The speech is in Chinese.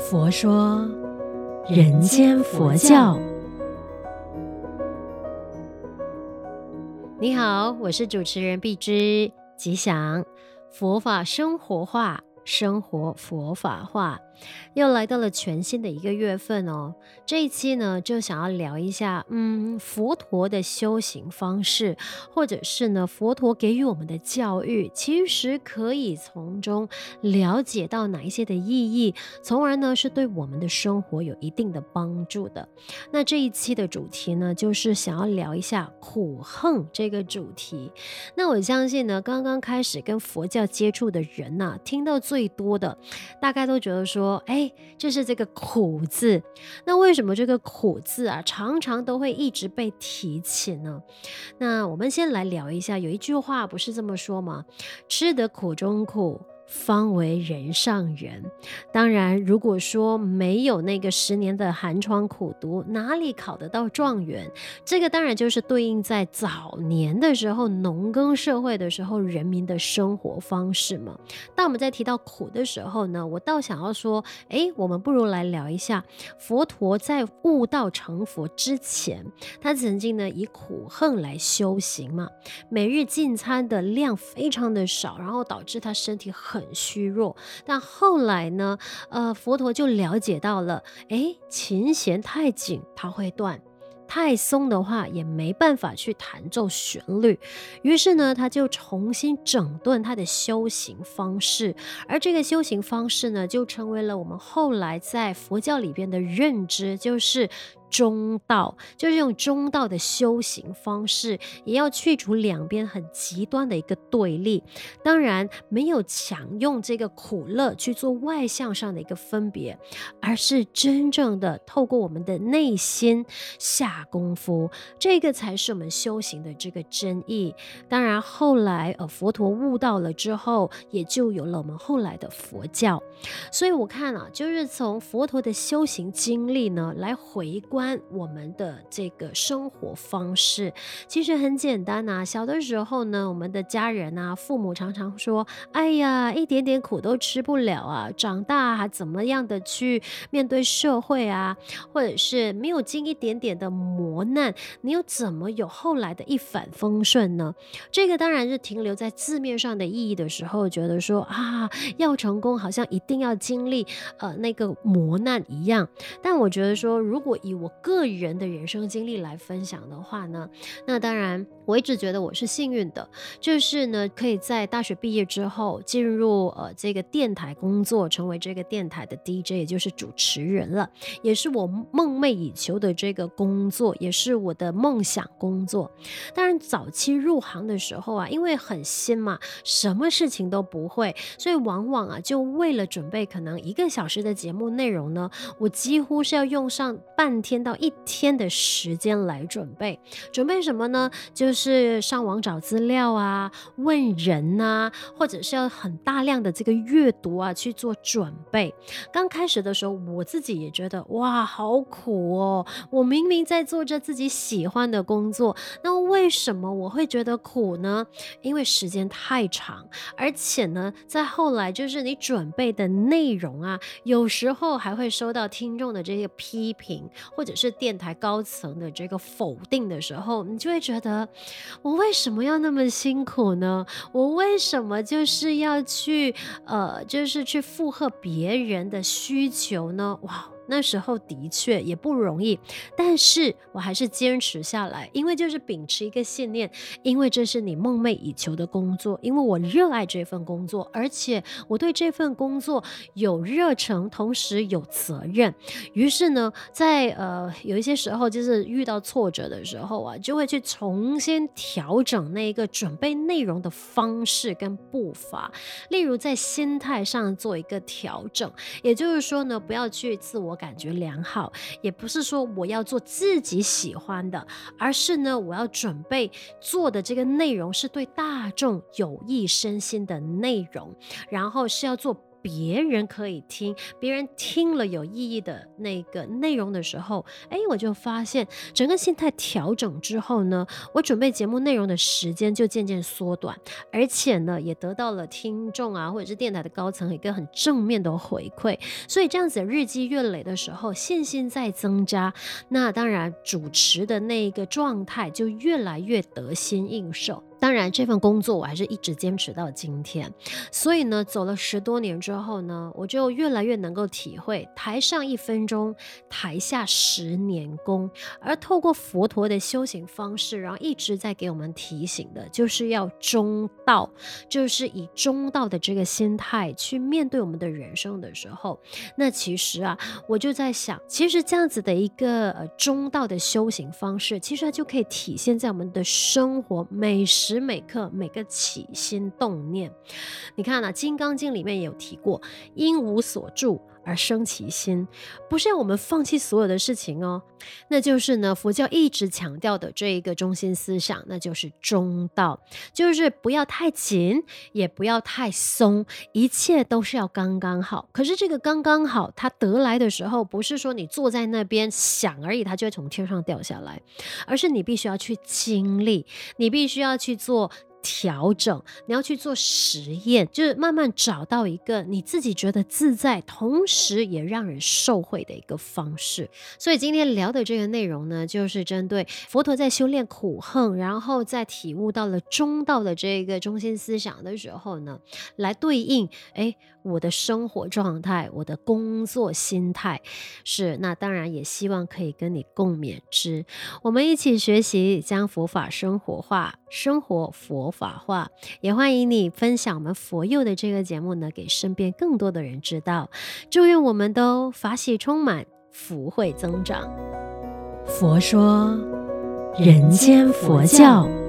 佛说人间佛教。你好，我是主持人碧芝，吉祥。佛法生活化，生活佛法化，又来到了全新的一个月份哦。这一期呢，就想要聊一下，佛陀的修行方式，或者是呢，佛陀给予我们的教育，其实可以从中了解到哪一些的意义，从而呢，是对我们的生活有一定的帮助的。那这一期的主题呢，就是想要聊一下苦恨这个主题。那我相信呢，刚刚开始跟佛教接触的人啊，听到最多的大概都觉得说，就是这个苦字。那为什么这个苦字啊，常常都会一直被提起呢？那我们先来聊一下，有一句话不是这么说吗？吃得苦中苦，方为人上人。当然，如果说没有那个10年的寒窗苦读，哪里考得到状元？这个当然就是对应在早年的时候，农耕社会的时候，人民的生活方式嘛。当我们在提到苦的时候呢，我倒想要说，我们不如来聊一下佛陀在悟道成佛之前，他曾经呢以苦恨来修行嘛，每日进餐的量非常的少，然后导致他身体很虚弱。但后来呢，佛陀就了解到了，琴弦太紧它会断，太松的话也没办法去弹奏旋律，于是呢，他就重新整顿他的修行方式，而这个修行方式呢，就成为了我们后来在佛教里边的认知，就是中道，就是用中道的修行方式，也要去除两边很极端的一个对立。当然，没有强用这个苦乐去做外向上的一个分别，而是真正的透过我们的内心下功夫，这个才是我们修行的这个真意。当然，后来佛陀悟道了之后，也就有了我们后来的佛教。所以我看啊，就是从佛陀的修行经历呢，来回观我们的这个生活方式，其实很简单啊。小的时候呢，我们的家人啊，父母常常说，哎呀，一点点苦都吃不了啊，长大还怎么样的去面对社会啊，或者是没有经一点点的磨难，你又怎么有后来的一帆风顺呢？这个当然是停留在字面上的意义的时候，觉得说啊，要成功好像一定要经历那个磨难一样。但我觉得说，如果以我个人的人生经历来分享的话呢，那当然我一直觉得我是幸运的，就是呢可以在大学毕业之后进入这个电台工作，成为这个电台的 DJ， 也就是主持人了，也是我梦寐以求的这个工作，也是我的梦想工作。当然早期入行的时候啊，因为很新嘛，什么事情都不会，所以往往啊就为了准备可能1个小时的节目内容呢，我几乎是要用上半天到1天的时间来准备。准备什么呢？就是上网找资料啊，问人啊，或者是要很大量的这个阅读啊去做准备。刚开始的时候，我自己也觉得哇，好苦哦！我明明在做着自己喜欢的工作，那为什么我会觉得苦呢？因为时间太长，而且呢，在后来就是你准备的内容啊，有时候还会收到听众的这个批评，或者是电台高层的这个否定的时候，你就会觉得我为什么要那么辛苦呢？我为什么就是要去就是去附和别人的需求呢？哇！那时候的确也不容易，但是我还是坚持下来，因为就是秉持一个信念，因为这是你梦寐以求的工作，因为我热爱这份工作，而且我对这份工作有热忱，同时有责任。于是呢，在有一些时候就是遇到挫折的时候啊，就会去重新调整那个准备内容的方式跟步伐，例如在心态上做一个调整，也就是说呢，不要去自我感觉良好，也不是说我要做自己喜欢的，而是呢，我要准备做的这个内容是对大众有益身心的内容，然后是要做别人可以听，别人听了有意义的那个内容的时候，我就发现整个心态调整之后呢，我准备节目内容的时间就渐渐缩短，而且呢，也得到了听众啊，或者是电台的高层一个很正面的回馈，所以这样子日积月累的时候，信心在增加，那当然主持的那个状态就越来越得心应手。当然这份工作我还是一直坚持到今天，所以呢走了10多年之后呢，我就越来越能够体会台上1分钟，台下10年功。而透过佛陀的修行方式，然后一直在给我们提醒的就是要中道，就是以中道的这个心态去面对我们的人生的时候，那其实啊，我就在想，其实这样子的一个中道的修行方式，其实它就可以体现在我们的生活每时每刻每个起心动念。你看啊，《金刚经》里面也有提过，因无所住而生其心，不是要我们放弃所有的事情哦。那就是呢，佛教一直强调的这一个中心思想，那就是中道，就是不要太紧，也不要太松，一切都是要刚刚好。可是这个刚刚好，它得来的时候，不是说你坐在那边想而已，它就会从天上掉下来，而是你必须要去经历，你必须要去做调整，你要去做实验，就是慢慢找到一个你自己觉得自在，同时也让人受惠的一个方式。所以今天聊的这个内容呢，就是针对佛陀在修炼苦恨，然后在体悟到了中道的这个中心思想的时候呢，来对应我的生活状态，我的工作心态是，那当然也希望可以跟你共勉之。我们一起学习，将佛法生活化，生活佛法化。也欢迎你分享我们佛佑的这个节目呢，给身边更多的人知道。祝愿我们都法喜充满，福慧增长。佛说人间佛教。